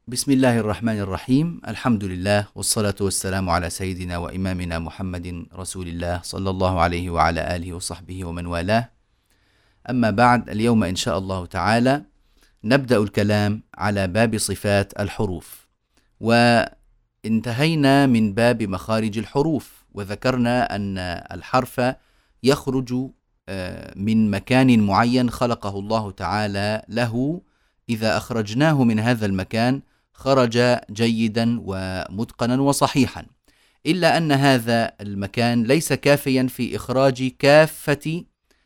بسم الله الرحمن الرحيم. الحمد لله والصلاة والسلام على سيدنا وإمامنا محمد رسول الله صلى الله عليه وعلى آله وصحبه ومن والاه. أما بعد، اليوم إن شاء الله تعالى نبدأ الكلام على باب صفات الحروف، وانتهينا من باب مخارج الحروف، وذكرنا أن الحرف يخرج من مكان معين خلقه الله تعالى له. إذا أخرجناه من هذا المكان خرج جيدا ومتقنا وصحيحا، إلا أن هذا المكان ليس كافيا في إخراج كافة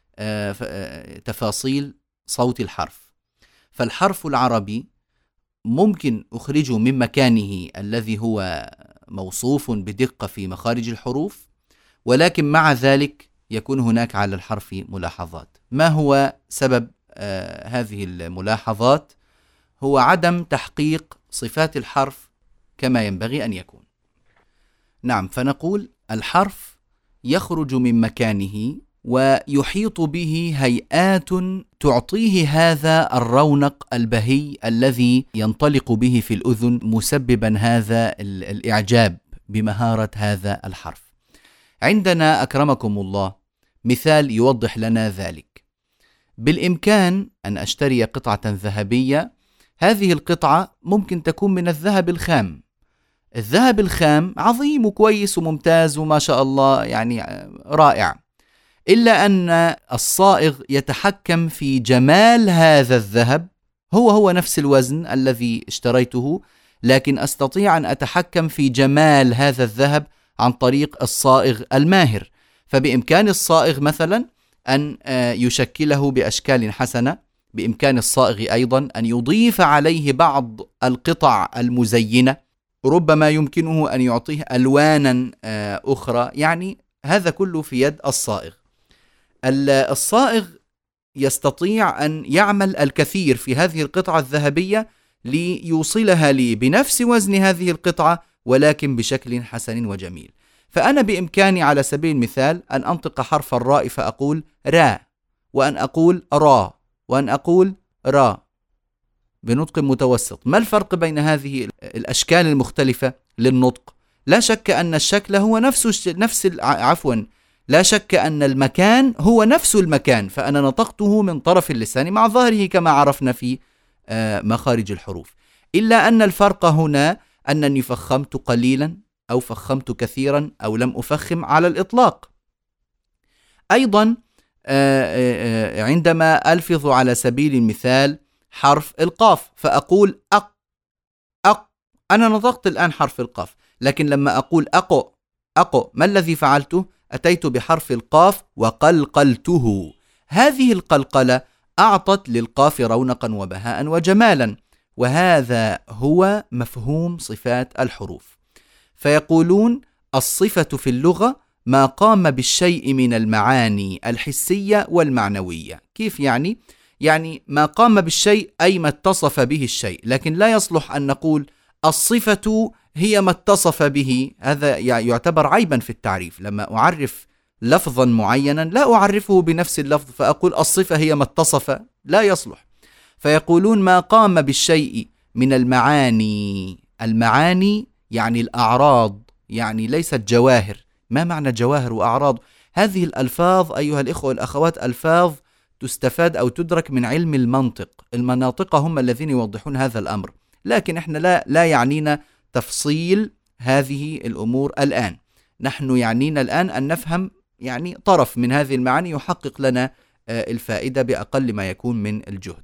تفاصيل صوت الحرف. فالحرف العربي ممكن أخرجه من مكانه الذي هو موصوف بدقة في مخارج الحروف، ولكن مع ذلك يكون هناك على الحرف ملاحظات. ما هو سبب هذه الملاحظات؟ هو عدم تحقيق صفات الحرف كما ينبغي أن يكون. نعم، فنقول الحرف يخرج من مكانه ويحيط به هيئات تعطيه هذا الرونق البهي الذي ينطلق به في الأذن، مسببا هذا الإعجاب بمهارة هذا الحرف. عندنا أكرمكم الله مثال يوضح لنا ذلك. بالإمكان أن أشتري قطعة ذهبية، هذه القطعة ممكن تكون من الذهب الخام. الذهب الخام عظيم وكويس وممتاز وما شاء الله، يعني رائع، إلا أن الصائغ يتحكم في جمال هذا الذهب. هو نفس الوزن الذي اشتريته، لكن أستطيع أن أتحكم في جمال هذا الذهب عن طريق الصائغ الماهر. فبإمكان الصائغ مثلا أن يشكله بأشكال حسنة. بإمكان الصائغ أيضا أن يضيف عليه بعض القطع المزينة، ربما يمكنه أن يعطيه ألوانا أخرى. يعني هذا كله في يد الصائغ. الصائغ يستطيع أن يعمل الكثير في هذه القطعة الذهبية ليوصلها لي بنفس وزن هذه القطعة، ولكن بشكل حسن وجميل. فأنا بإمكاني على سبيل المثال أن أنطق حرف الراء فأقول را، وأن أقول را، وأن أقول را بنطق متوسط. ما الفرق بين هذه الأشكال المختلفة للنطق؟ لا شك أن الشكل هو لا شك أن المكان هو نفس المكان، فأنا نطقته من طرف اللسان مع ظهره كما عرفنا في مخارج الحروف. إلا أن الفرق هنا أنني فخمت قليلا أو فخمت كثيرا أو لم أفخم على الإطلاق. أيضا عندما ألفظ على سبيل المثال حرف القاف فأقول أق، أنا نطقت الآن حرف القاف، لكن لما أقول أقو ما الذي فعلته؟ أتيت بحرف القاف وقلقلته. هذه القلقلة أعطت للقاف رونقا وبهاء وجمالا، وهذا هو مفهوم صفات الحروف. فيقولون الصفة في اللغة ما قام بالشيء من المعاني الحسية والمعنوية. كيف يعني؟ يعني ما قام بالشيء أي ما اتصف به الشيء، لكن لا يصلح أن نقول الصفة هي ما اتصف به. هذا يعتبر عيبا في التعريف. لما أعرف لفظا معينا لا أعرفه بنفس اللفظ فأقول الصفة هي ما اتصف، لا يصلح. فيقولون ما قام بالشيء من المعاني. المعاني يعني الأعراض، يعني ليست جواهر. ما معنى جواهر وأعراض؟ هذه الألفاظ أيها الإخوة والأخوات ألفاظ تستفاد أو تدرك من علم المنطق. المناطق هم الذين يوضحون هذا الأمر، لكن إحنا لا يعنينا تفصيل هذه الأمور الآن. نحن يعنينا الآن أن نفهم يعني طرف من هذه المعاني يحقق لنا الفائدة بأقل ما يكون من الجهد.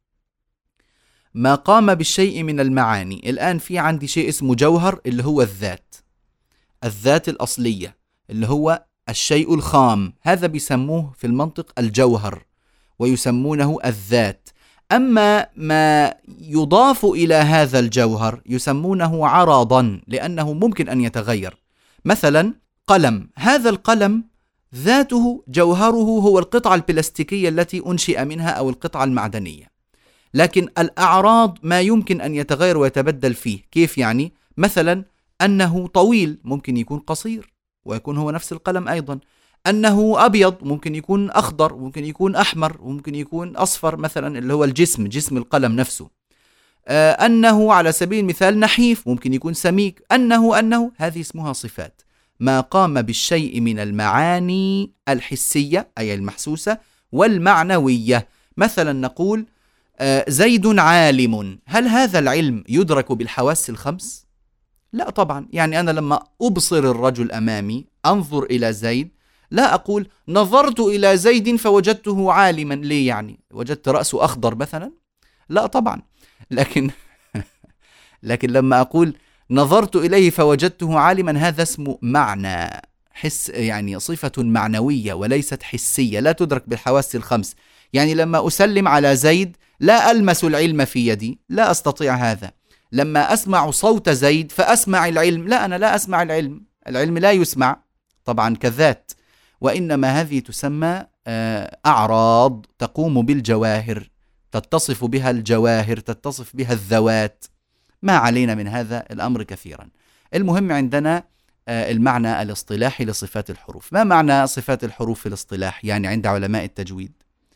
ما قام بالشيء من المعاني. الآن في عندي شيء اسمه جوهر اللي هو الذات الأصلية اللي هو الشيء الخام، هذا بيسموه في المنطق الجوهر ويسمونه الذات. أما ما يضاف إلى هذا الجوهر يسمونه عرضا، لأنه ممكن أن يتغير. مثلا قلم، هذا القلم ذاته جوهره هو القطعة البلاستيكية التي أنشئ منها أو القطعة المعدنية، لكن الأعراض ما يمكن أن يتغير ويتبدل فيه. كيف يعني؟ مثلا أنه طويل ممكن يكون قصير ويكون هو نفس القلم أيضا. أنه أبيض ممكن يكون أخضر، ممكن يكون أحمر، ممكن يكون أصفر مثلا، اللي هو جسم القلم نفسه. أنه على سبيل المثال نحيف، ممكن يكون سميك. أنه هذه اسمها صفات، ما قام بالشيء من المعاني الحسية أي المحسوسة والمعنوية. مثلا نقول زيد عالم، هل هذا العلم يدرك بالحواس الخمس؟ لا طبعا. يعني أنا لما أبصر الرجل أمامي، أنظر إلى زيد، لا أقول نظرت إلى زيد فوجدته عالما. ليه؟ يعني وجدت رأسه أخضر مثلا؟ لا طبعا. لكن لما أقول نظرت إليه فوجدته عالما، هذا اسمه معنى حس، يعني صفة معنوية وليست حسية، لا تدرك بالحواس الخمس. يعني لما أسلم على زيد لا ألمس العلم في يدي، لا أستطيع هذا. لما أسمع صوت زيد فأسمع العلم، لا، أنا لا أسمع العلم، العلم لا يسمع طبعا كذات. وإنما هذه تسمى أعراض تقوم بالجواهر، تتصف بها الجواهر، تتصف بها الذوات. ما علينا من هذا الأمر كثيرا. المهم عندنا المعنى الاصطلاحي لصفات الحروف. ما معنى صفات الحروف في الاصطلاح؟ يعني عند علماء التجويد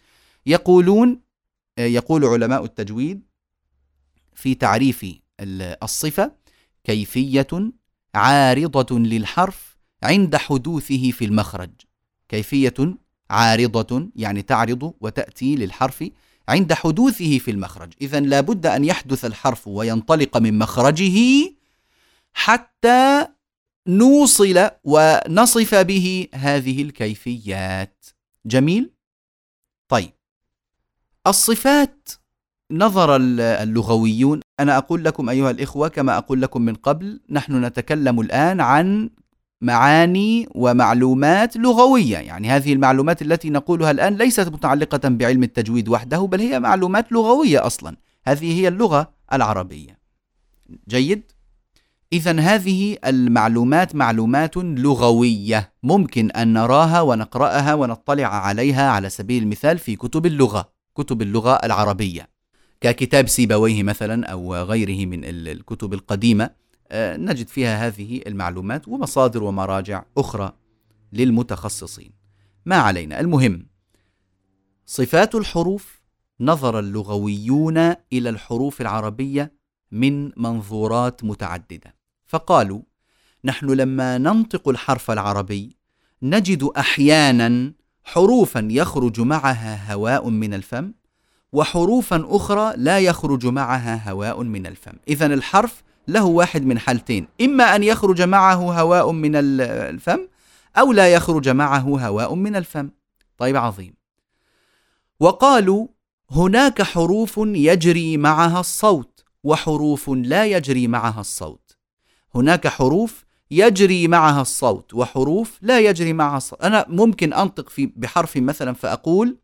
يقول علماء التجويد في تعريف الصفة: كيفية عارضة للحرف عند حدوثه في المخرج. كيفية عارضة يعني تعرض وتأتي للحرف عند حدوثه في المخرج. إذن لا بد أن يحدث الحرف وينطلق من مخرجه حتى نوصل ونصف به هذه الكيفيات. جميل؟ طيب، الصفات نظر اللغويون، أنا أقول لكم أيها الإخوة كما أقول لكم من قبل، نحن نتكلم الآن عن معاني ومعلومات لغوية. يعني هذه المعلومات التي نقولها الآن ليست متعلقة بعلم التجويد وحده، بل هي معلومات لغوية أصلا. هذه هي اللغة العربية. جيد؟ إذن هذه المعلومات معلومات لغوية، ممكن أن نراها ونقرأها ونطلع عليها على سبيل المثال في كتب اللغة العربية، ككتاب سيبويه مثلا أو غيره من الكتب القديمة. نجد فيها هذه المعلومات ومصادر ومراجع أخرى للمتخصصين. ما علينا. المهم، صفات الحروف نظر اللغويون إلى الحروف العربية من منظورات متعددة، فقالوا: نحن لما ننطق الحرف العربي نجد أحيانا حروفا يخرج معها هواء من الفم، وحروفا أخرى لا يخرج معها هواء من الفم. إذن الحرف له واحد من حالتين: إما أن يخرج معه هواء من الفم، أو لا يخرج معه هواء من الفم. طيب، عظيم. وقالوا: هناك حروف يجري معها الصوت وحروف لا يجري معها الصوت. هناك حروف يجري معها الصوت وحروف لا يجري معها الصوت. أنا ممكن أنطق بحرف مثلا فأقول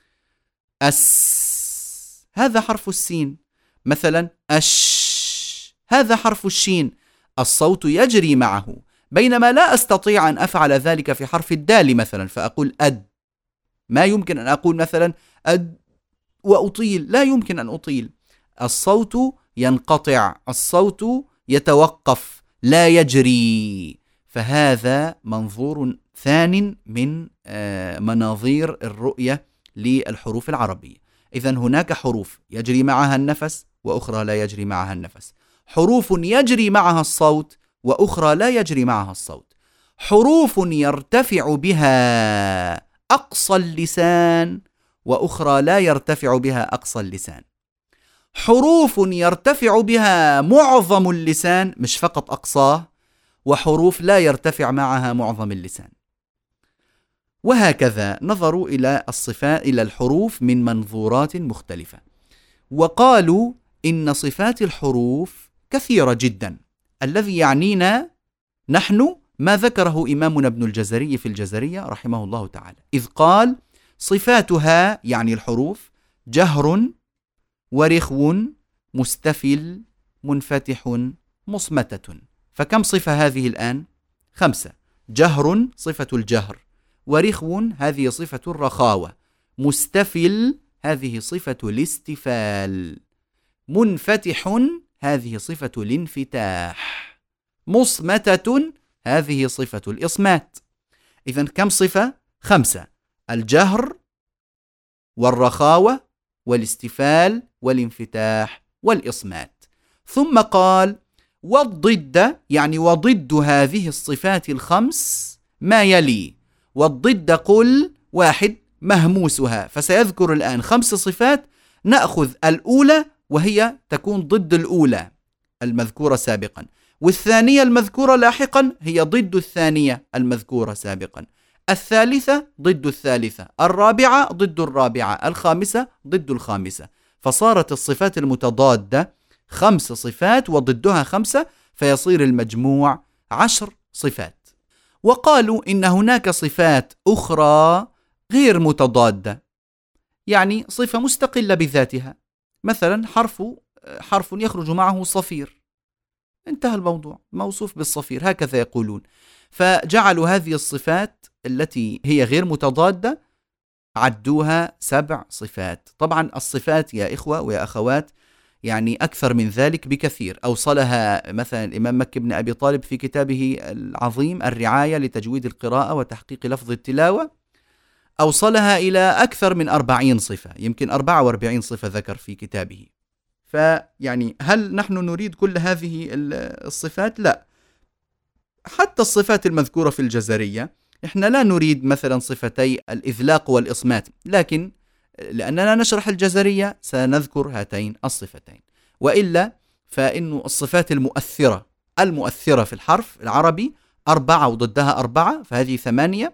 أس، هذا حرف السين. مثلا أش، هذا حرف الشين، الصوت يجري معه. بينما لا أستطيع أن أفعل ذلك في حرف الدال مثلا فأقول أد. ما يمكن أن أقول مثلا أد وأطيل، لا يمكن أن أطيل. الصوت ينقطع، الصوت يتوقف، لا يجري. فهذا منظور ثان من مناظير الرؤية للحروف العربية. إذن هناك حروف يجري معها النفس وأخرى لا يجري معها النفس، حروف يجري معها الصوت وأخرى لا يجري معها الصوت، حروف يرتفع بها أقصى اللسان وأخرى لا يرتفع بها أقصى اللسان، حروف يرتفع بها معظم اللسان مش فقط أقصاه، وحروف لا يرتفع معها معظم اللسان. وهكذا نظروا إلى الصفات، إلى الحروف من منظورات مختلفة، وقالوا إن صفات الحروف كثيرة جدا. الذي يعنينا نحن ما ذكره إمامنا ابن الجزري في الجزرية رحمه الله تعالى، إذ قال: صفاتها يعني الحروف جهر ورخو مستفل منفتح مصمتة. فكم صفة هذه الآن؟ 5. جهر صفة الجهر، ورخو هذه صفة الرخاوة، مستفل هذه صفة الاستفال، منفتح هذه صفة الانفتاح، مصمتة هذه صفة الإصمات. إذن كم صفة؟ 5: الجهر والرخاوة والاستفال والانفتاح والإصمات. ثم قال: والضد، يعني وضد هذه الصفات الخمس ما يلي. والضد قل: واحد، مهموسها. فسيذكر الآن 5 صفات، نأخذ الأولى وهي تكون ضد الأولى المذكورة سابقا، والثانية المذكورة لاحقا هي ضد الثانية المذكورة سابقا، الثالثة ضد الثالثة، الرابعة ضد الرابعة، الخامسة ضد الخامسة. فصارت الصفات المتضادة 5 صفات وضدها 5، فيصير المجموع 10 صفات. وقالوا إن هناك صفات أخرى غير متضادة، يعني صفة مستقلة بذاتها، مثلا حرف يخرج معه صفير، انتهى الموضوع، موصوف بالصفير، هكذا يقولون. فجعلوا هذه الصفات التي هي غير متضادة عدوها 7 صفات. طبعا الصفات يا إخوة ويا أخوات يعني أكثر من ذلك بكثير. أوصلها مثلا الإمام مكي بن أبي طالب في كتابه العظيم الرعاية لتجويد القراءة وتحقيق لفظ التلاوة، أوصلها إلى أكثر من 40 صفة، يمكن 44 صفة ذكر في كتابه. فيعني هل نحن نريد كل هذه الصفات؟ لا. حتى الصفات المذكورة في الجزرية إحنا لا نريد مثلا صفتي الإذلاق والإصمات، لكن لأننا نشرح الجزرية سنذكر هاتين الصفتين. وإلا فإن الصفات المؤثرة في الحرف العربي 4 وضدها 4، فهذه 8،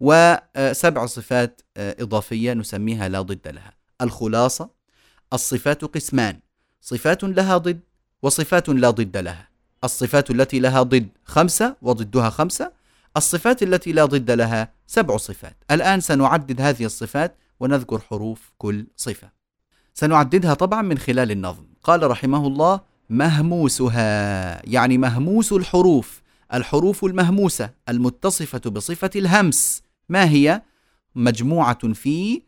و7 صفات إضافية نسميها لا ضد لها. الخلاصة: الصفات قسمان: صفات لها ضد وصفات لا ضد لها. الصفات التي لها ضد 5 وضدها 5، الصفات التي لا ضد لها 7 صفات. الآن سنعدد هذه الصفات ونذكر حروف كل صفة. سنعددها طبعا من خلال النظم. قال رحمه الله: مهموسها، يعني مهموس الحروف، الحروف المهموسة المتصفة بصفة الهمس. ما هي؟ مجموعة في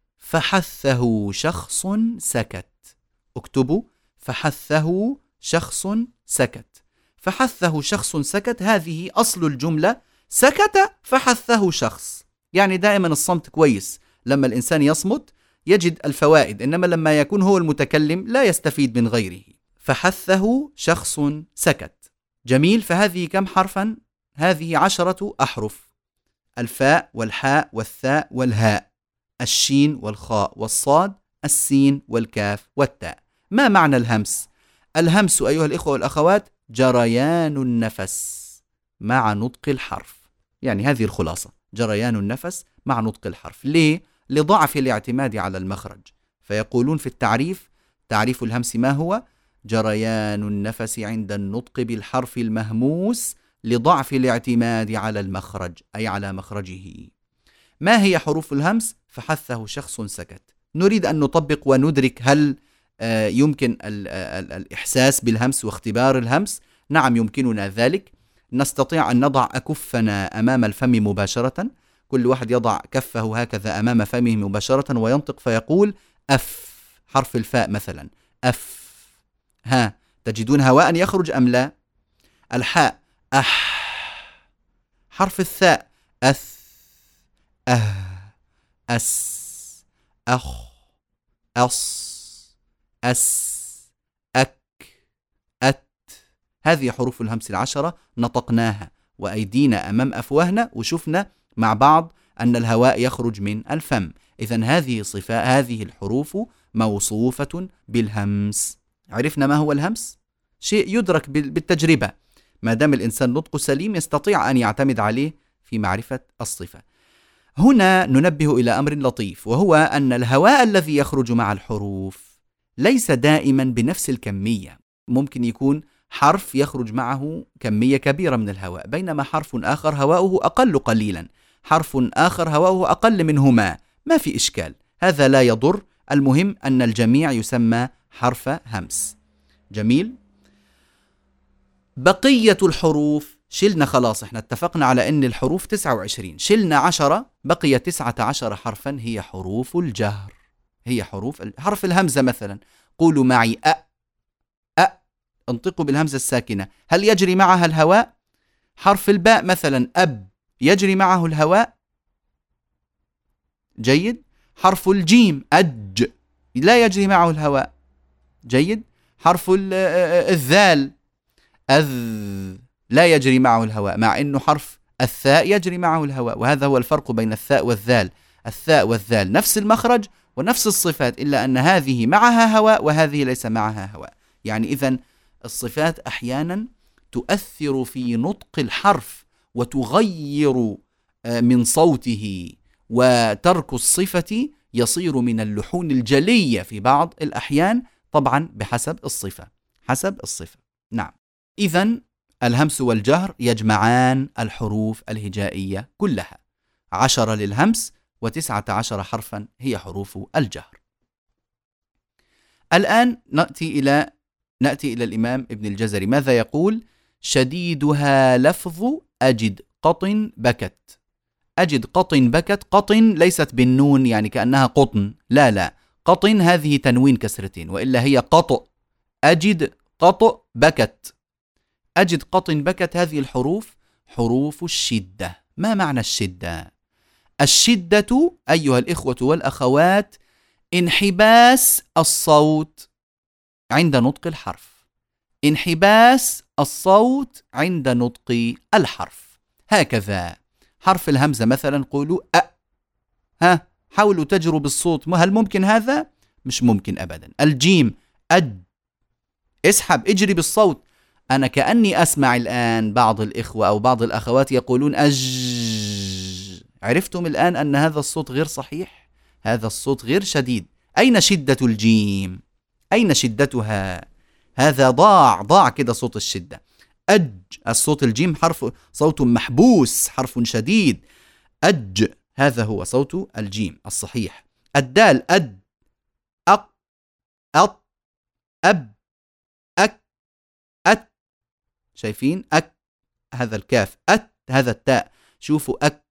فحثه شخص سكت. اكتبوا: فحثه شخص سكت. فحثه شخص سكت، هذه أصل الجملة: سكت فحثه شخص. يعني دائما الصمت كويس، لما الإنسان يصمت يجد الفوائد، إنما لما يكون هو المتكلم لا يستفيد من غيره. فحثه شخص سكت. جميل. فهذه كم حرفا؟ هذه 10 أحرف: الفاء والحاء والثاء والهاء، الشين والخاء والصاد، السين والكاف والتاء. ما معنى الهمس؟ الهمس أيها الإخوة والأخوات جريان النفس مع نطق الحرف، يعني هذه الخلاصة: جريان النفس مع نطق الحرف. ليه؟ لضعف الاعتماد على المخرج. فيقولون في التعريف: تعريف الهمس ما هو؟ جريان النفس عند النطق بالحرف المهموس لضعف الاعتماد على المخرج، أي على مخرجه. ما هي حروف الهمس؟ فحثه شخص سكت. نريد أن نطبق وندرك هل يمكن الإحساس بالهمس واختبار الهمس؟ نعم يمكننا ذلك. نستطيع أن نضع أكفنا أمام الفم مباشرة، كل واحد يضع كفه هكذا أمام فمه مباشرة وينطق فيقول أف. حرف الفاء مثلا أف. ها، تجدون هواء يخرج أم لا؟ الحاء أح. حرف الثاء أث أه أس أخ أص أس أك أت. هذه حروف الهمس 10 نطقناها وأيدينا أمام أفواهنا وشفنا مع بعض أن الهواء يخرج من الفم. إذن هذه الحروف موصوفة بالهمس. عرفنا ما هو الهمس؟ شيء يدرك بالتجربة. ما دام الإنسان نطقه سليم يستطيع أن يعتمد عليه في معرفة الصفة. هنا ننبه إلى أمر لطيف، وهو أن الهواء الذي يخرج مع الحروف ليس دائما بنفس الكمية. ممكن يكون حرف يخرج معه كمية كبيرة من الهواء، بينما حرف آخر هواؤه أقل قليلا، حرف آخر هواؤه أقل منهما. ما في إشكال، هذا لا يضر. المهم أن الجميع يسمى حرف همس. جميل. بقية الحروف شلنا، خلاص احنا اتفقنا على أن الحروف 29، شلنا 10، بقي 19 حرفا هي حروف الجهر. هي حرف الهمزة مثلا. قولوا معي انطقوا بالهمزة الساكنة، هل يجري معها الهواء؟ حرف الباء مثلا أب، يجري معه الهواء؟ جيد. حرف الجيم أج، لا يجري معه الهواء. جيد. حرف الذال أذ لا يجري معه الهواء، مع أنه حرف الثاء يجري معه الهواء، وهذا هو الفرق بين الثاء والذال. الثاء والذال نفس المخرج ونفس الصفات، إلا أن هذه معها هواء وهذه ليس معها هواء. يعني إذن الصفات أحيانا تؤثر في نطق الحرف وتغير من صوته، وترك الصفة يصير من اللحون الجلية في بعض الأحيان، طبعا بحسب الصفة، حسب الصفة. نعم، إذن الهمس والجهر يجمعان الحروف الهجائية كلها، 10 للهمس و19 حرفا هي حروف الجهر. الآن نأتي إلى الإمام ابن الجزري، ماذا يقول؟ شديدها لفظ أجد قطن بكت. أجد قطن بكت، قطن ليست بالنون يعني كأنها قطن، لا، قطن هذه تنوين كسرتين، وإلا هي قطء. أجد قطء بكت، أجد قطن بكت، هذه الحروف حروف الشدة. ما معنى الشدة؟ الشدة أيها الإخوة والأخوات انحباس الصوت عند نطق الحرف، انحباس الصوت عند نطق الحرف. هكذا حرف الهمزة مثلا قولوا حاولوا تجروا بالصوت، هل ممكن هذا؟ مش ممكن أبدا. الجيم اسحب، اجري بالصوت. أنا كأني أسمع الآن بعض الإخوة أو بعض الأخوات يقولون عرفتم الآن أن هذا الصوت غير صحيح، هذا الصوت غير شديد. أين شدة الجيم؟ أين شدتها؟ هذا ضاع كده صوت الشدة. الصوت الجيم حرف صوت محبوس، حرف شديد. هذا هو صوت الجيم الصحيح. الدال أق أط أب أك أت، شايفين؟ هذا الكاف، هذا التاء، شوفوا أت.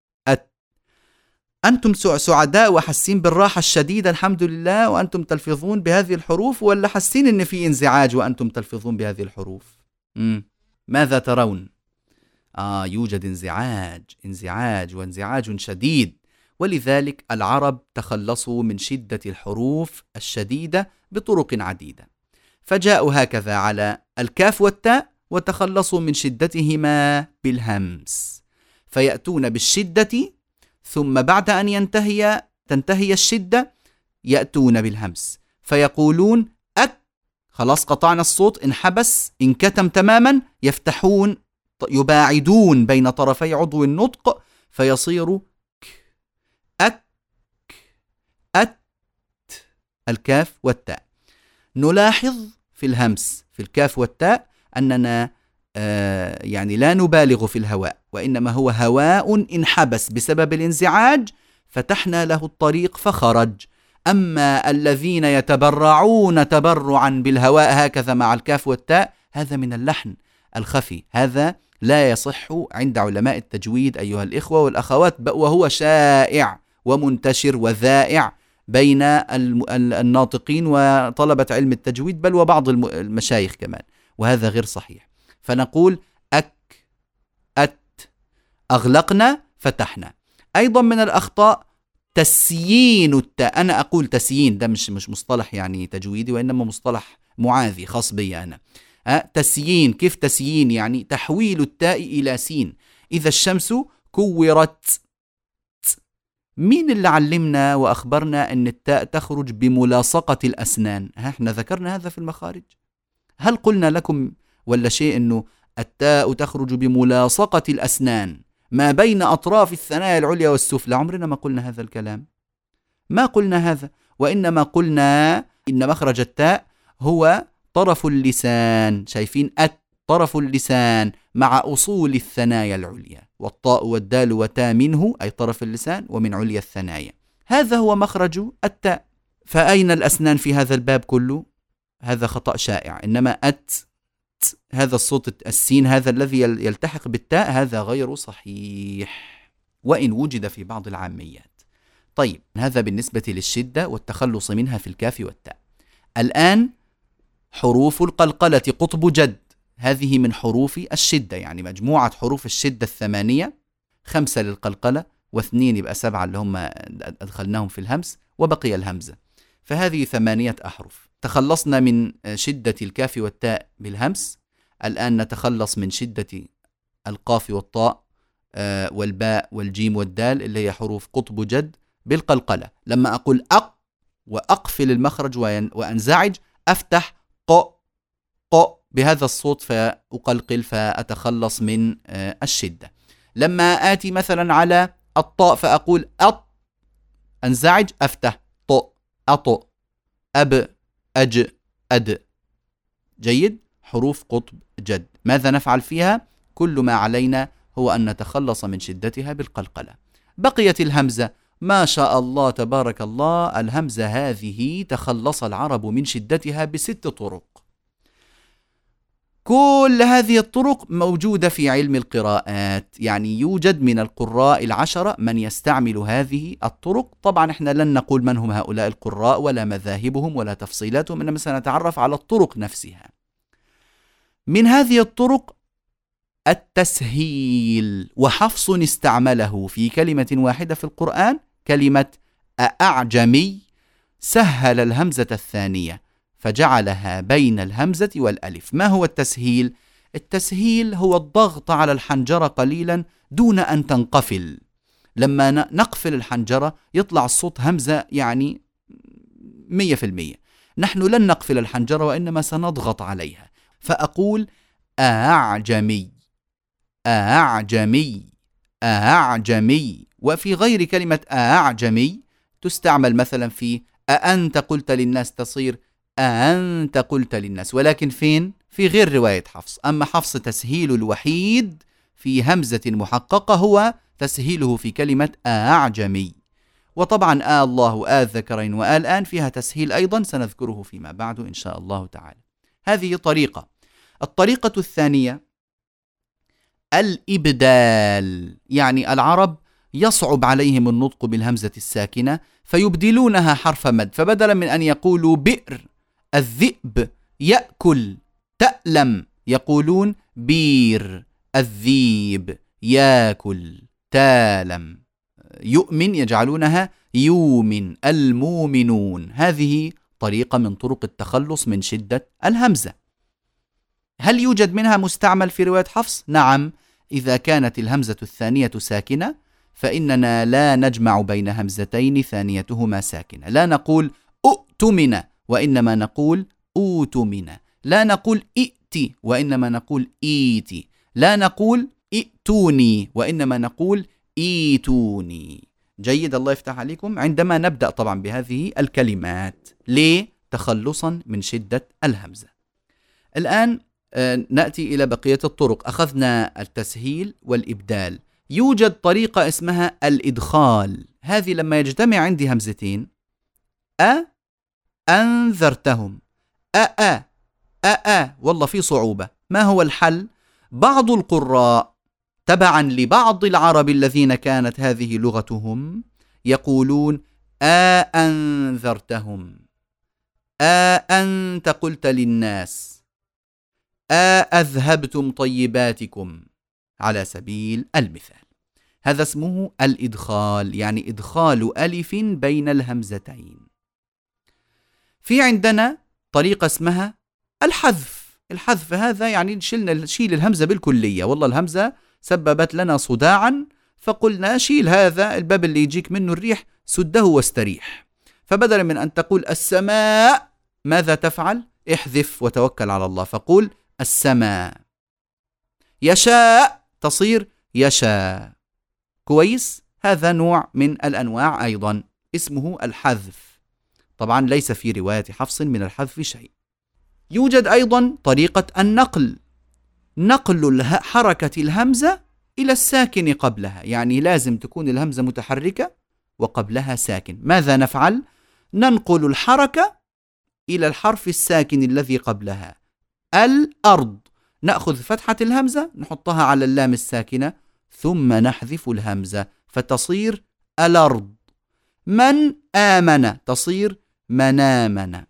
أنتم سعداء وحسين بالراحة الشديدة الحمد لله وأنتم تلفظون بهذه الحروف، ولا حسين إن في انزعاج وأنتم تلفظون بهذه الحروف؟ ماذا ترون؟ يوجد انزعاج وانزعاج شديد، ولذلك العرب تخلصوا من شدة الحروف الشديدة بطرق عديدة، فجاءوا هكذا على الكاف والتاء وتخلصوا من شدتهما بالهمس، فيأتون بالشدة ثم بعد أن تنتهي الشدة يأتون بالهمس فيقولون خلاص قطعنا الصوت، انحبس، انكتم تماما، يفتحون، يباعدون بين طرفي عضو النطق فيصير أك أت، الكاف والتاء. نلاحظ في الهمس في الكاف والتاء أننا يعني لا نبالغ في الهواء، وإنما هو هواء انحبس بسبب الانزعاج فتحنا له الطريق فخرج. أما الذين يتبرعون تبرعا بالهواء هكذا مع الكاف والتاء، هذا من اللحن الخفي، هذا لا يصح عند علماء التجويد أيها الإخوة والأخوات، وهو شائع ومنتشر وذائع بين الناطقين وطلبة علم التجويد، بل وبعض المشايخ كمان، وهذا غير صحيح. فنقول أك أت، أغلقنا فتحنا. أيضا من الأخطاء تسيين التاء. أنا أقول تسيين، ده مش مصطلح يعني تجويدي، وإنما مصطلح معاذي خاص بي أنا. تسيين، كيف تسيين؟ يعني تحويل التاء إلى سين. إذا الشمس كورت، مين اللي علمنا وأخبرنا أن التاء تخرج بملاصقة الأسنان؟ احنا ذكرنا هذا في المخارج؟ هل قلنا لكم ولا شيء أنه التاء تخرج بملاصقة الأسنان ما بين أطراف الثنايا العليا والسفلى؟ عمرنا ما قلنا هذا الكلام، ما قلنا هذا، وإنما قلنا إن مخرج التاء هو طرف اللسان، شايفين؟ طرف اللسان مع أصول الثنايا العليا، والطاء والدال وتاء منه أي طرف اللسان ومن عليا الثنايا، هذا هو مخرج التاء. فأين الأسنان في هذا الباب كله؟ هذا خطأ شائع. إنما هذا الصوت السين هذا الذي يلتحق بالتاء هذا غير صحيح، وإن وجد في بعض العاميات. طيب، هذا بالنسبة للشدة والتخلص منها في الكاف والتاء. الآن حروف القلقلة قطب جد، هذه من حروف الشدة، يعني مجموعة حروف الشدة 8، 5 للقلقلة و2 يبقى 7 اللي هم أدخلناهم في الهمس وبقي الهمزة، فهذه 8 أحرف. تخلصنا من شدة الكاف والتاء بالهمس، الآن نتخلص من شدة القاف والطاء والباء والجيم والدال اللي هي حروف قطب جد بالقلقلة. لما أقول أق وأقفل المخرج وأنزعج، أفتح ق بهذا الصوت فأقلقل فأتخلص من الشدة. لما آتي مثلا على الطاء فأقول أط، أنزعج، أفتح طء، أطؤ، أب، أج، أد. جيد، حروف قطب جد. ماذا نفعل فيها؟ كل ما علينا هو أن نتخلص من شدتها بالقلقلة. بقيت الهمزة، ما شاء الله تبارك الله، الهمزة هذه تخلص العرب من شدتها ب6 طرق. كل هذه الطرق موجودة في علم القراءات، يعني يوجد من القراء 10 من يستعمل هذه الطرق. طبعا احنا لن نقول من هم هؤلاء القراء ولا مذاهبهم ولا تفصيلاتهم، إنما سنتعرف على الطرق نفسها. من هذه الطرق التسهيل، وحفص استعمله في كلمة واحدة في القرآن، كلمة أعجمي، سهل الهمزة الثانية فجعلها بين الهمزة والألف. ما هو التسهيل؟ التسهيل هو الضغط على الحنجرة قليلا دون أن تنقفل. لما نقفل الحنجرة يطلع الصوت همزة يعني 100%. نحن لن نقفل الحنجرة وإنما سنضغط عليها، فأقول أعجمي، أعجمي، أعجمي. وفي غير كلمة أعجمي تستعمل مثلا في أأنت قلت للناس، تصير أأنت قلت للناس، ولكن فين؟ في غير رواية حفص. أما حفص تسهيل الوحيد في همزة محققة هو تسهيله في كلمة أعجمي. وطبعا الله الذكرين والآن فيها تسهيل أيضا، سنذكره فيما بعد إن شاء الله تعالى. هذه طريقة. الطريقة الثانية الإبدال، يعني العرب يصعب عليهم النطق بالهمزة الساكنة فيبدلونها حرف مد، فبدلا من أن يقولوا بئر الذئب يأكل تألم، يقولون بير الذيب يأكل تالم. يؤمن يجعلونها يومن المؤمنون. هذه طريقة من طرق التخلص من شدة الهمزة. هل يوجد منها مستعمل في رواية حفص؟ نعم، إذا كانت الهمزة الثانية ساكنة فإننا لا نجمع بين همزتين ثانيتهما ساكنة. لا نقول أؤتمن وإنما نقول أوتمن. لا نقول ائتي وإنما نقول إيتي. لا نقول ائتوني وإنما نقول إيتوني. جيد، الله يفتح عليكم. عندما نبدأ طبعا بهذه الكلمات، ليه؟ تخلصا من شدة الهمزة. الآن نأتي إلى بقية الطرق. أخذنا التسهيل والإبدال. يوجد طريقة اسمها الإدخال. هذه لما يجتمع عندي همزتين، أنذرتهم، والله في صعوبة. ما هو الحل؟ بعض القراء تبعا لبعض العرب الذين كانت هذه لغتهم يقولون أنذرتهم، أنت قلت للناس، أذهبتم طيباتكم، على سبيل المثال. هذا اسمه الإدخال، يعني إدخال ألف بين الهمزتين. في عندنا طريقة اسمها الحذف. الحذف هذا يعني شيل الهمزة بالكلية. والله الهمزة سببت لنا صداعا فقلنا شيل هذا الباب اللي يجيك منه الريح، سده واستريح. فبدلا من أن تقول السماء ماذا تفعل؟ احذف وتوكل على الله، فقول السماء. يشاء تصير يشاء. كويس؟ هذا نوع من الأنواع أيضا اسمه الحذف. طبعا ليس في رواية حفص من الحذف شيء. يوجد أيضا طريقة النقل، نقل حركة الهمزة إلى الساكن قبلها، يعني لازم تكون الهمزة متحركة وقبلها ساكن. ماذا نفعل؟ ننقل الحركة إلى الحرف الساكن الذي قبلها. الأرض، نأخذ فتحة الهمزة نحطها على اللام الساكنة ثم نحذف الهمزة فتصير الأرض. من آمن تصير منامن.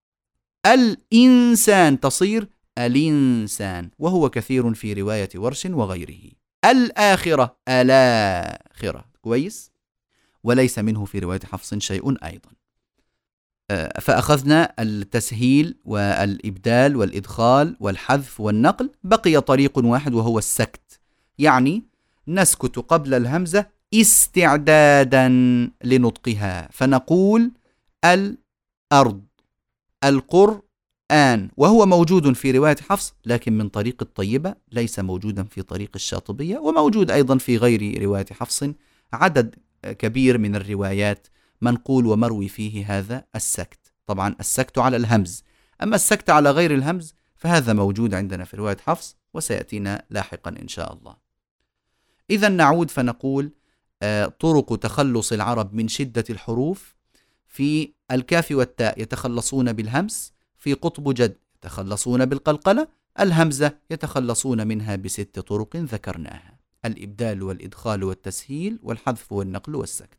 الإنسان تصير الإنسان، وهو كثير في رواية ورش وغيره. الآخرة الآخرة. كويس؟ وليس منه في رواية حفص شيء أيضا. فأخذنا التسهيل والإبدال والإدخال والحذف والنقل، بقي طريق واحد وهو السكت، يعني نسكت قبل الهمزة استعدادا لنطقها، فنقول الأرض، القرآن، وهو موجود في رواية حفص لكن من طريق الطيبة، ليس موجودا في طريق الشاطبية، وموجود أيضا في غير رواية حفص عدد كبير من الروايات منقول ومروي فيه هذا السكت. طبعا السكت على الهمز، أما السكت على غير الهمز فهذا موجود عندنا في رواية حفص وسيأتينا لاحقا إن شاء الله. إذا نعود فنقول طرق تخلص العرب من شدة الحروف: في الكاف والتاء يتخلصون بالهمس، في قطب جد يتخلصون بالقلقلة، الهمزة يتخلصون منها ب6 طرق ذكرناها: الإبدال والإدخال والتسهيل والحذف والنقل والسكت.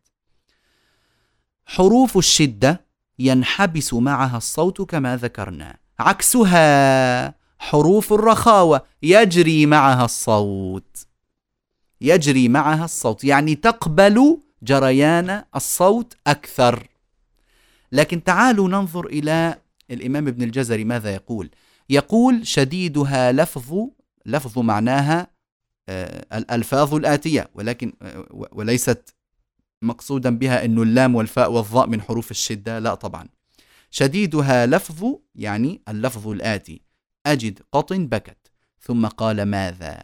حروف الشدة ينحبس معها الصوت كما ذكرنا، عكسها حروف الرخاوة يجري معها الصوت، يجري معها الصوت يعني تقبل جريان الصوت أكثر. لكن تعالوا ننظر إلى الإمام ابن الجزري ماذا يقول. يقول شديدها لفظ معناها الألفاظ الآتية، ولكن وليست مقصودا بها أنه اللام والفاء والظاء من حروف الشدة، لا طبعا. شديدها لفظ يعني اللفظ الآتي: أجد قط بكت، ثم قال ماذا؟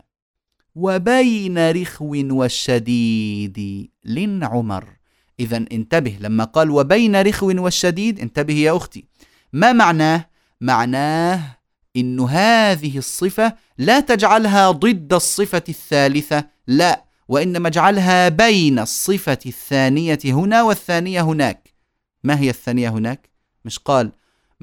وبين رخو والشديد لن عمر. إذا انتبه لما قال وبين رخو والشديد، انتبه يا أختي، ما معناه؟ معناه إن هذه الصفة لا تجعلها ضد الصفة الثالثة، لا، وإنما اجعلها بين الصفة الثانية هنا والثانية هناك. ما هي الثانية هناك؟ مش قال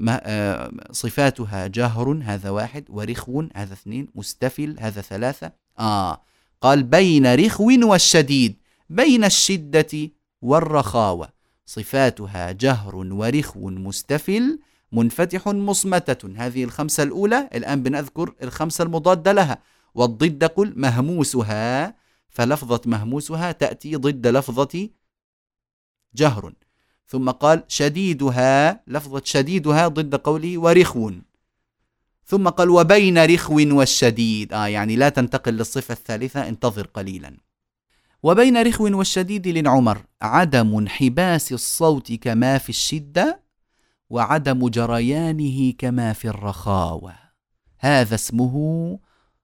صفاتها جهر هذا 1، ورخو هذا 2، مستفل هذا 3. قال بين رخو والشديد، بين الشدة والرخاوة، صفاتها جهر ورخو مستفل منفتح مصمتة. هذه الخمسة الأولى، الآن بنذكر الخمسة المضادة لها. والضد قل مهموسها، فلفظة مهموسها تأتي ضد لفظة جهر. ثم قال شديدها، لفظة شديدها ضد قوله ورخو. ثم قال وبين رخو والشديد، يعني لا تنتقل للصفة الثالثة، انتظر قليلا. وبين رخو والشديد للعمر عدم انحباس الصوت كما في الشدة، وعدم جريانه كما في الرخاوة، هذا اسمه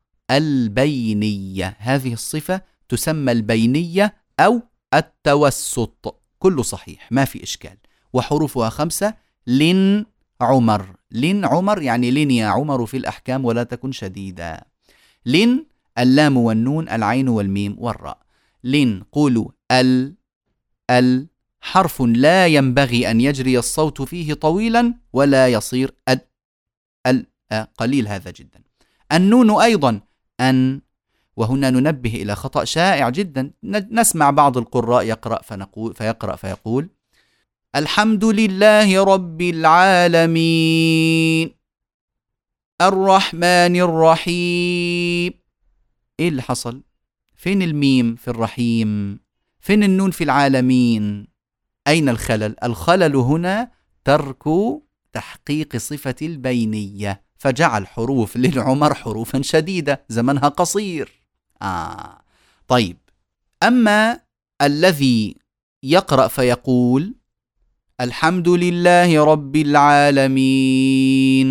البينية. هذه الصفة تسمى البينية أو التوسط، كله صحيح ما في إشكال. وحروفها 5: لن عمر، لن عمر يعني لن يا عمر في الأحكام ولا تكن شديدا. لن اللام والنون العين والميم والراء. لن قولوا ال حرف لا ينبغي أن يجري الصوت فيه طويلا ولا يصير قليل، هذا جدا. النون أيضا أن، وهنا ننبه إلى خطأ شائع جدا. نسمع بعض القراء يقرأ فيقول الحمد لله رب العالمين الرحمن الرحيم. إيه اللي حصل؟ فين الميم في الرحيم؟ فين النون في العالمين؟ أين الخلل؟ الخلل هنا ترك تحقيق صفة البينية، فجعل حروف للعمر حروفا شديدة زمنها قصير. طيب، أما الذي يقرأ فيقول الحمد لله رب العالمين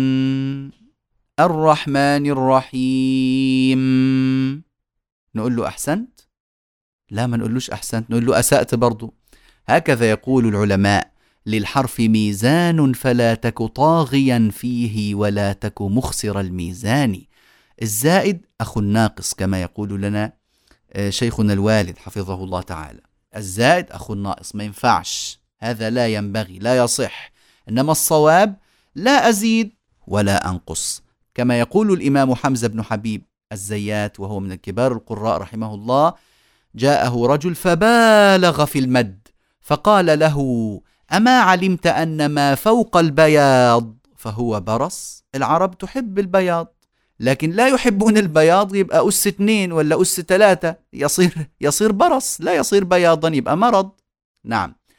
الرحمن الرحيم، نقول له أحسنت؟ لا، ما نقولوش أحسنت، نقول له أسأت برضو. هكذا يقول العلماء: للحرف ميزان فلا تك طاغيا فيه ولا تك مخسر الميزان. الزائد أخو الناقص كما يقول لنا شيخنا الوالد حفظه الله تعالى، الزائد أخو الناقص، ما ينفعش، هذا لا ينبغي، لا يصح. إنما الصواب لا أزيد ولا أنقص، كما يقول الإمام حمزة بن حبيب الزيات وهو من الكبار القراء رحمه الله: جاءه رجل فبالغ في المد فقال له: أما علمت أن ما فوق البياض فهو برص؟ العرب تحب البياض، لكن لا يحبون البياض يبقى أس 2 ولا أس 3 يصير برص، لا يصير بياضا يبقى مرض. نعم،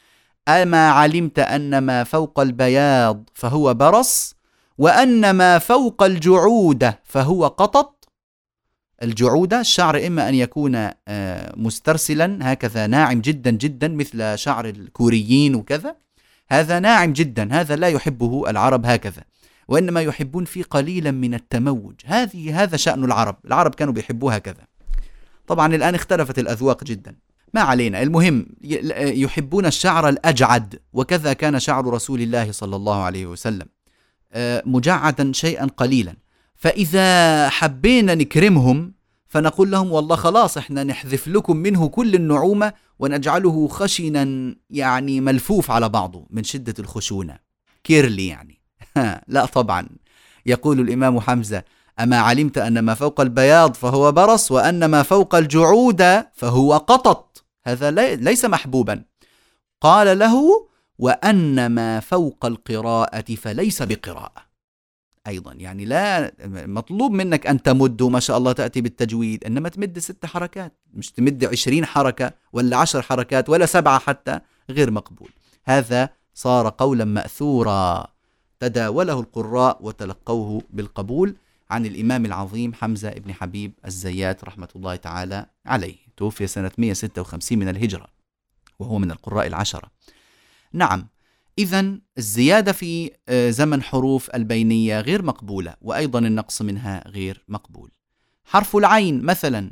أما علمت أن ما فوق البياض فهو برص، وأن ما فوق الجعودة فهو قطط. الجعودة الشعر إما أن يكون مسترسلا هكذا ناعم جدا جدا مثل شعر الكوريين وكذا، هذا ناعم جدا، هذا لا يحبه العرب هكذا، وإنما يحبون فيه قليلا من التموج. هذا شأن العرب كانوا بيحبوها هكذا. طبعا الآن اختلفت الأذواق جدا، ما علينا. المهم يحبون الشعر الأجعد، وكذا كان شعر رسول الله صلى الله عليه وسلم مجعدا شيئا قليلا. فإذا حبينا نكرمهم فنقول لهم والله خلاص احنا نحذف لكم منه كل النعومة ونجعله خشنا يعني ملفوف على بعضه من شدة الخشونة، كيرلي يعني. لا طبعا. يقول الإمام حمزة: أما علمت أن ما فوق البياض فهو برص، وأن ما فوق الجعودة فهو قطط. هذا ليس محبوبا. قال له: وأن ما فوق القراءة فليس بقراءة. أيضا يعني لا مطلوب منك أن تمد، ما شاء الله تأتي بالتجويد، إنما تمد 6 حركات، مش تمد 20 حركة ولا 10 حركات ولا 7 حتى، غير مقبول. هذا صار قولا مأثورا تداوله القراء وتلقوه بالقبول عن الإمام العظيم حمزة بن حبيب الزيات رحمة الله تعالى عليه، توفي سنة 156 من الهجرة، وهو من القراء 10. نعم، إذن الزيادة في زمن حروف البينية غير مقبولة، وأيضا النقص منها غير مقبول. حرف العين مثلا،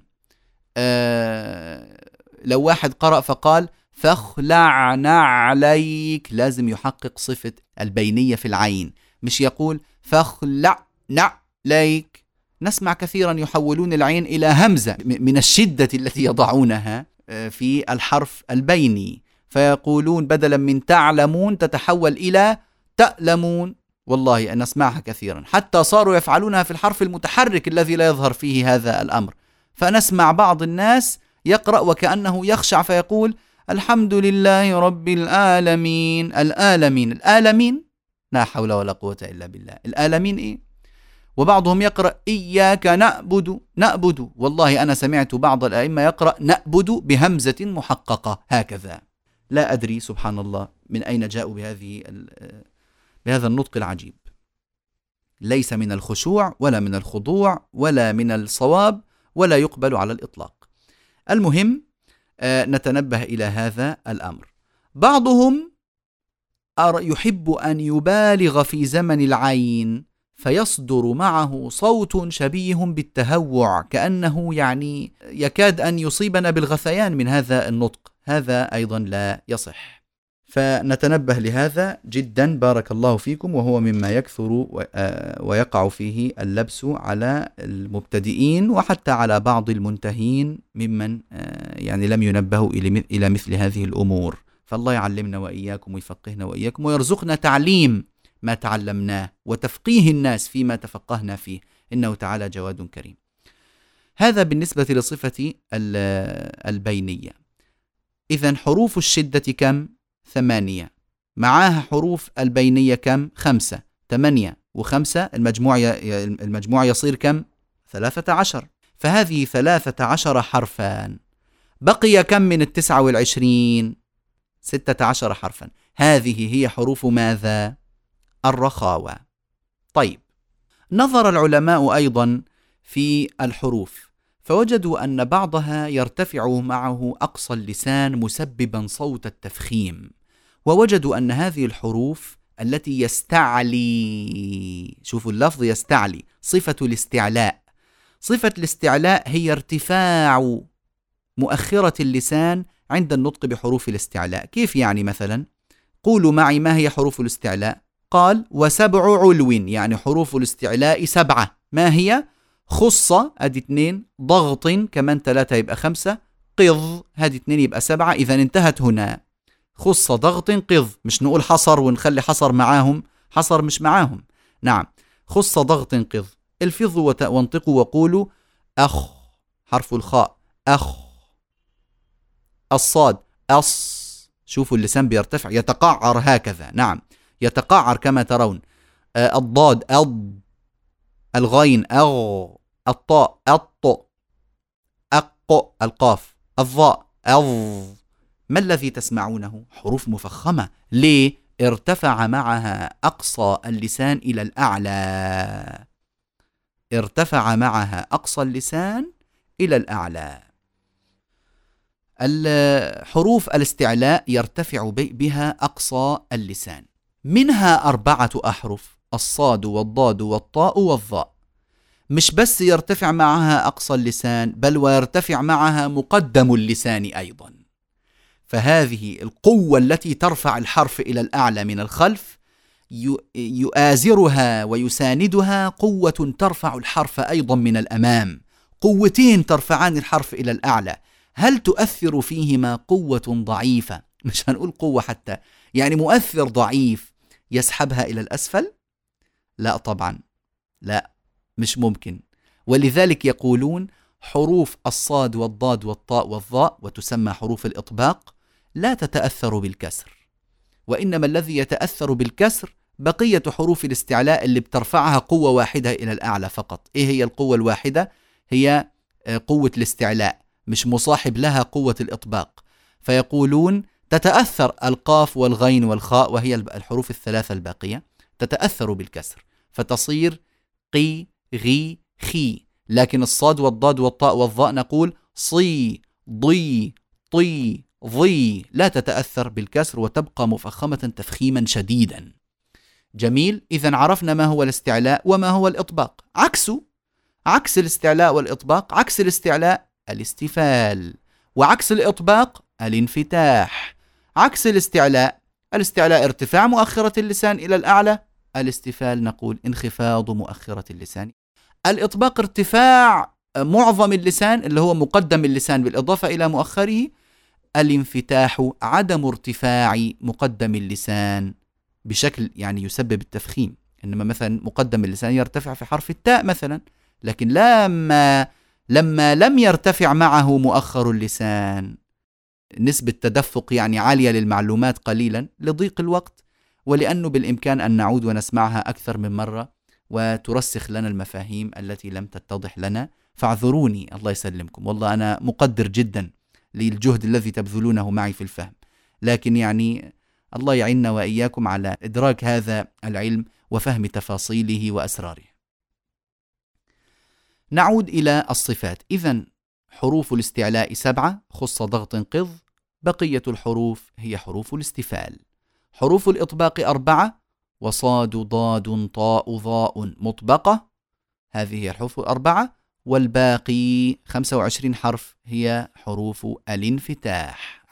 لو واحد قرأ فقال فاخلع نعليك، لازم يحقق صفة البينية في العين، مش يقول فاخلع نعليك. نسمع كثيرا يحولون العين إلى همزة من الشدة التي يضعونها في الحرف البيني، فيقولون بدلا من تعلمون تتحول إلى تألمون. والله أنا أسمعها كثيرا، حتى صاروا يفعلونها في الحرف المتحرك الذي لا يظهر فيه هذا الأمر. فنسمع بعض الناس يقرأ وكأنه يخشع فيقول الحمد لله رب العالمين. الآلمين لا حول ولا قوة إلا بالله. الآلمين إيه؟ وبعضهم يقرأ إياك نعبد. والله أنا سمعت بعض الأئمة يقرأ نعبد بهمزة محققة هكذا. لا أدري سبحان الله من أين جاءوا بهذا النطق العجيب. ليس من الخشوع ولا من الخضوع ولا من الصواب، ولا يقبل على الإطلاق. المهم نتنبه إلى هذا الأمر. بعضهم يحب أن يبالغ في زمن العين فيصدر معه صوت شبيه بالتهوع، كأنه يعني يكاد أن يصيبنا بالغثيان من هذا النطق. هذا أيضا لا يصح، فنتنبه لهذا جدا بارك الله فيكم. وهو مما يكثر ويقع فيه اللبس على المبتدئين وحتى على بعض المنتهين ممن يعني لم ينبهوا إلى مثل هذه الأمور. فالله يعلمنا وإياكم ويفقهنا وإياكم ويرزقنا تعليم ما تعلمناه وتفقيه الناس فيما تفقهنا فيه، إنه تعالى جواد كريم. هذا بالنسبة لصفة البينية. إذن حروف الشدة كم؟ 8، معاها حروف البينية كم؟ 5. 8 و5 المجموع يصير كم؟ 13. فهذه 13 حرفان. بقي كم من 29؟ 16 حرفا. هذه هي حروف ماذا؟ الرخاوة. طيب، نظر العلماء أيضا في الحروف فوجدوا أن بعضها يرتفع معه أقصى اللسان مسببا صوت التفخيم، ووجدوا أن هذه الحروف التي يستعلي، شوفوا اللفظ يستعلي، صفة الاستعلاء. صفة الاستعلاء هي ارتفاع مؤخرة اللسان عند النطق بحروف الاستعلاء. كيف يعني؟ مثلا قولوا معي ما هي حروف الاستعلاء؟ قال وسبع علو، يعني حروف الاستعلاء 7. ما هي؟ خصة ادي 2، ضغط كمان 3 يبقى 5، قض هذه 2 يبقى 7. إذا انتهت هنا خصة ضغط قض، مش نقول حصر ونخلي حصر معاهم، حصر مش معاهم. نعم، خصة ضغط قض. الفظوا وانطقوا وقولوا أخ، حرف الخاء أخ. الصاد أص، شوفوا اللسان بيرتفع يتقعر هكذا، نعم يتقعر كما ترون. الضاد أض، الغين أغ، الطاء أط، أق، القاف الظاء أظ. ما الذي تسمعونه؟ حروف مفخمة. ليه؟ ارتفع معها أقصى اللسان إلى الأعلى. ارتفع معها أقصى اللسان إلى الأعلى. الحروف الاستعلاء يرتفع بها أقصى اللسان. منها 4 أحرف: الصاد والضاد والطاء والظاء. مش بس يرتفع معها أقصى اللسان، بل ويرتفع معها مقدم اللسان أيضا. فهذه القوة التي ترفع الحرف إلى الأعلى من الخلف يؤازرها ويساندها قوة ترفع الحرف أيضا من الأمام. قوتين ترفعان الحرف إلى الأعلى. هل تؤثر فيهما قوة ضعيفة، مش هنقول قوة حتى، يعني مؤثر ضعيف يسحبها إلى الأسفل؟ لا طبعا، لا، مش ممكن. ولذلك يقولون حروف الصاد والضاد والطاء والظاء، وتسمى حروف الإطباق، لا تتأثر بالكسر، وإنما الذي يتأثر بالكسر بقية حروف الاستعلاء اللي بترفعها قوة واحدة إلى الأعلى فقط. إيه هي القوة الواحدة؟ هي قوة الاستعلاء، مش مصاحب لها قوة الإطباق. فيقولون تتأثر القاف والغين والخاء، وهي الحروف الثلاثة الباقية، تتأثر بالكسر فتصير قي غي خي. لكن الصاد والضاد والطاء والظاء نقول صي ضي طي ضي، لا تتأثر بالكسر وتبقى مفخمة تفخيما شديدا. جميل. إذن عرفنا ما هو الاستعلاء وما هو الإطباق. عكس الاستعلاء والإطباق، عكس الاستعلاء الاستفال، وعكس الإطباق الانفتاح. عكس الاستعلاء ارتفاع مؤخرة اللسان إلى الأعلى، الاستفال نقول انخفاض مؤخرة اللسان. الإطباق ارتفاع معظم اللسان اللي هو مقدم اللسان بالإضافة إلى مؤخره. الانفتاح عدم ارتفاع مقدم اللسان بشكل يعني يسبب التفخيم. إنما مثلا مقدم اللسان يرتفع في حرف التاء مثلا، لكن لما لم يرتفع معه مؤخر اللسان، نسبة تدفق يعني عالية للمعلومات قليلا لضيق الوقت، ولأنه بالإمكان أن نعود ونسمعها أكثر من مرة وترسخ لنا المفاهيم التي لم تتضح لنا. فاعذروني، الله يسلمكم، والله أنا مقدر جدا للجهد الذي تبذلونه معي في الفهم، لكن يعني الله يعيننا وإياكم على إدراك هذا العلم وفهم تفاصيله وأسراره. نعود إلى الصفات. إذن حروف الاستعلاء 7 خص ضغط قض، بقية الحروف هي حروف الاستفال. حروف الإطباق 4 وصاد ضاد طاء ضاء مطبقة، هذه هي الحروف 4، والباقي 25 حرف هي حروف الانفتاح،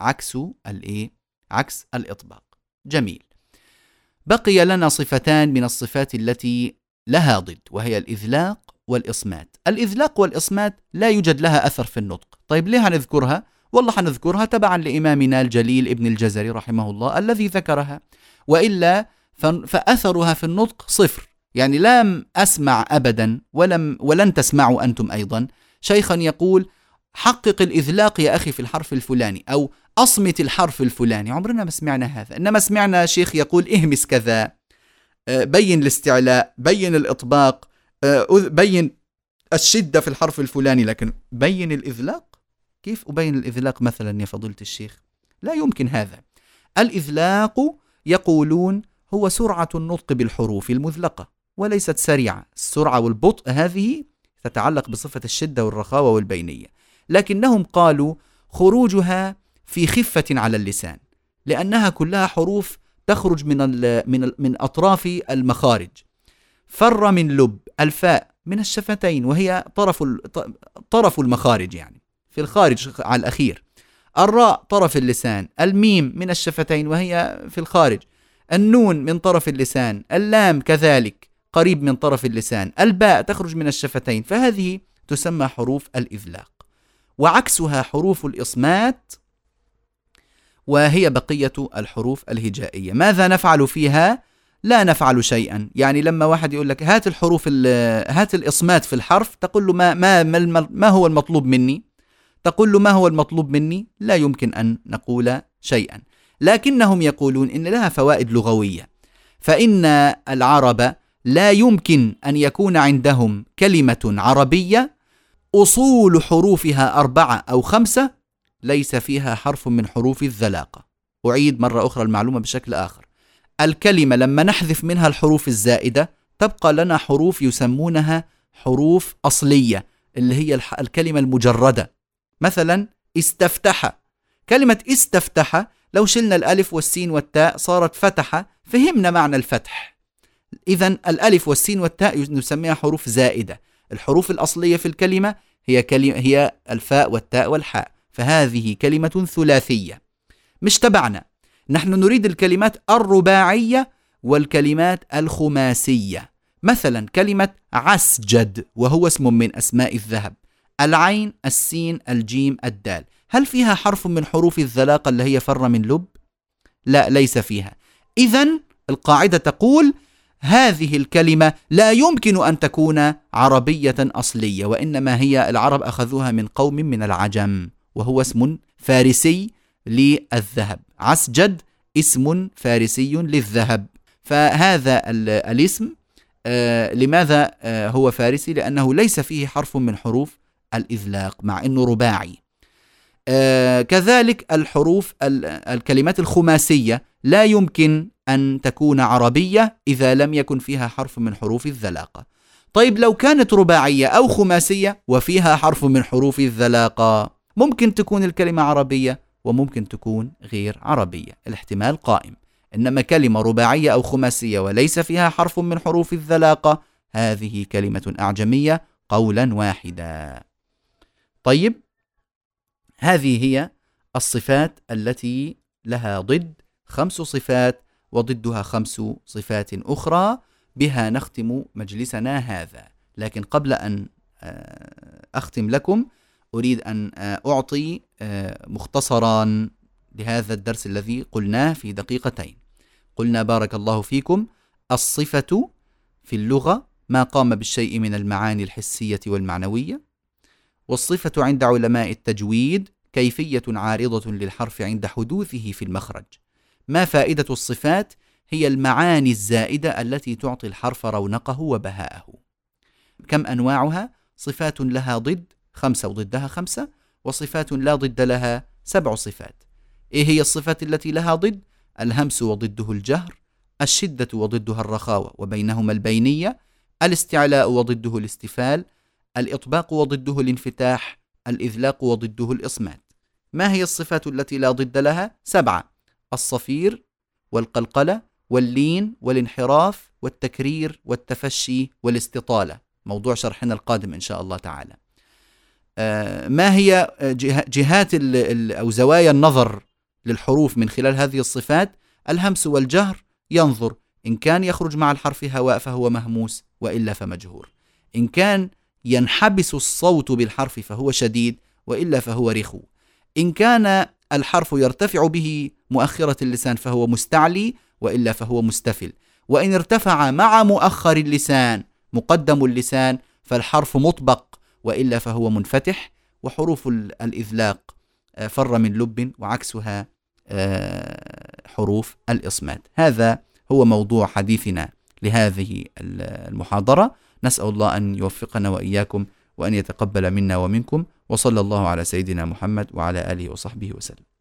عكس الإطباق. جميل. بقي لنا صفتان من الصفات التي لها ضد، وهي الإذلاق والإصمات. الإذلاق والإصمات لا يوجد لها أثر في النطق. طيب ليه هنذكرها؟ والله هنذكرها تبعا لإمامنا الجليل ابن الجزري رحمه الله الذي ذكرها، وإلا فأثرها في النطق صفر. يعني لم أسمع أبدا ولن تسمعوا أنتم أيضا شيخا يقول حقق الإذلاق يا أخي في الحرف الفلاني، أو أصمت الحرف الفلاني. عمرنا ما سمعنا هذا، إنما سمعنا شيخ يقول اهمس كذا، بين الاستعلاء، بين الإطباق، بين الشدة في الحرف الفلاني، لكن بين الإذلاق؟ كيف أبين الإذلاق مثلا يا فضيلة الشيخ؟ لا يمكن هذا. الإذلاق يقولون هو سرعة النطق بالحروف المذلقة وليست سريعة. السرعة والبطء هذه تتعلق بصفة الشدة والرخاوة والبينية، لكنهم قالوا خروجها في خفة على اللسان، لأنها كلها حروف تخرج من أطراف المخارج. فر من لب، الفاء من الشفتين وهي طرف المخارج، يعني في الخارج على الأخير. الراء طرف اللسان، الميم من الشفتين وهي في الخارج، النون من طرف اللسان، اللام كذلك قريب من طرف اللسان، الباء تخرج من الشفتين، فهذه تسمى حروف الإذلاق. وعكسها حروف الإصمات، وهي بقية الحروف الهجائية. ماذا نفعل فيها؟ لا نفعل شيئا. يعني لما واحد يقول لك هات الإصمات في الحرف، تقول له ما هو المطلوب مني؟ تقول له ما هو المطلوب مني؟ لا يمكن أن نقول شيئا. لكنهم يقولون إن لها فوائد لغوية، فإن العرب لا يمكن أن يكون عندهم كلمة عربية أصول حروفها 4 أو 5 ليس فيها حرف من حروف الذلاقة. أعيد مرة أخرى المعلومة بشكل آخر. الكلمة لما نحذف منها الحروف الزائدة تبقى لنا حروف يسمونها حروف أصلية، اللي هي الكلمة المجردة. مثلا استفتح، كلمة استفتح لو شلنا الألف والسين والتاء صارت فتح، فهمنا معنى الفتح. إذن الألف والسين والتاء نسميها حروف زائدة. الحروف الأصلية في الكلمة هي الفاء والتاء والحاء، فهذه كلمة ثلاثية. مش تبعنا، نحن نريد الكلمات الرباعية والكلمات الخماسية. مثلا كلمة عسجد وهو اسم من أسماء الذهب، العين السين الجيم الدال، هل فيها حرف من حروف الذلاقة اللي هي فر من لب؟ لا، ليس فيها. إذن القاعدة تقول هذه الكلمة لا يمكن أن تكون عربية أصلية، وإنما هي العرب أخذوها من قوم من العجم، وهو اسم فارسي للذهب. عسجد اسم فارسي للذهب. فهذا الاسم لماذا هو فارسي؟ لأنه ليس فيه حرف من حروف الإذلاق مع أنه رباعي. كذلك الكلمات الخماسية لا يمكن أن تكون عربية إذا لم يكن فيها حرف من حروف الذلاقة. طيب لو كانت رباعية أو خماسية وفيها حرف من حروف الذلاقة، ممكن تكون الكلمة عربية وممكن تكون غير عربية، الاحتمال قائم. إنما كلمة رباعية أو خماسية وليس فيها حرف من حروف الذلاقة، هذه كلمة أعجمية قولا واحدا. طيب، هذه هي الصفات التي لها ضد 5 صفات وضدها 5 صفات أخرى. بها نختم مجلسنا هذا. لكن قبل أن أختم لكم أريد أن أعطي مختصرا لهذا الدرس الذي قلناه في دقيقتين. قلنا بارك الله فيكم: الصفة في اللغة ما قام بالشيء من المعاني الحسية والمعنوية. والصفة عند علماء التجويد كيفية عارضة للحرف عند حدوثه في المخرج. ما فائدة الصفات؟ هي المعاني الزائدة التي تعطي الحرف رونقه وبهاءه. كم أنواعها؟ صفات لها ضد 5 وضدها 5، وصفات لا ضد لها 7 صفات. إيه هي الصفات التي لها ضد؟ الهمس وضده الجهر، الشدة وضدها الرخاوة وبينهما البينية، الاستعلاء وضده الاستفال، الإطباق وضده الانفتاح، الإذلاق وضده الإصمات. ما هي الصفات التي لا ضد لها؟ 7: الصفير والقلقلة واللين والانحراف والتكرير والتفشي والاستطالة، موضوع شرحنا القادم إن شاء الله تعالى. ما هي جهات أو زوايا النظر للحروف من خلال هذه الصفات؟ الهمس والجهر، ينظر إن كان يخرج مع الحرف هواء فهو مهموس وإلا فمجهور، إن كان ينحبس الصوت بالحرف فهو شديد وإلا فهو رخو، إن كان الحرف يرتفع به مؤخرة اللسان فهو مستعلي وإلا فهو مستفل، وإن ارتفع مع مؤخر اللسان مقدم اللسان فالحرف مطبق وإلا فهو منفتح. وحروف الإذلاق فر من لب وعكسها حروف الإصمات. هذا هو موضوع حديثنا لهذه المحاضرة. نسأل الله أن يوفقنا وإياكم وأن يتقبل منا ومنكم، وصلى الله على سيدنا محمد وعلى آله وصحبه وسلم.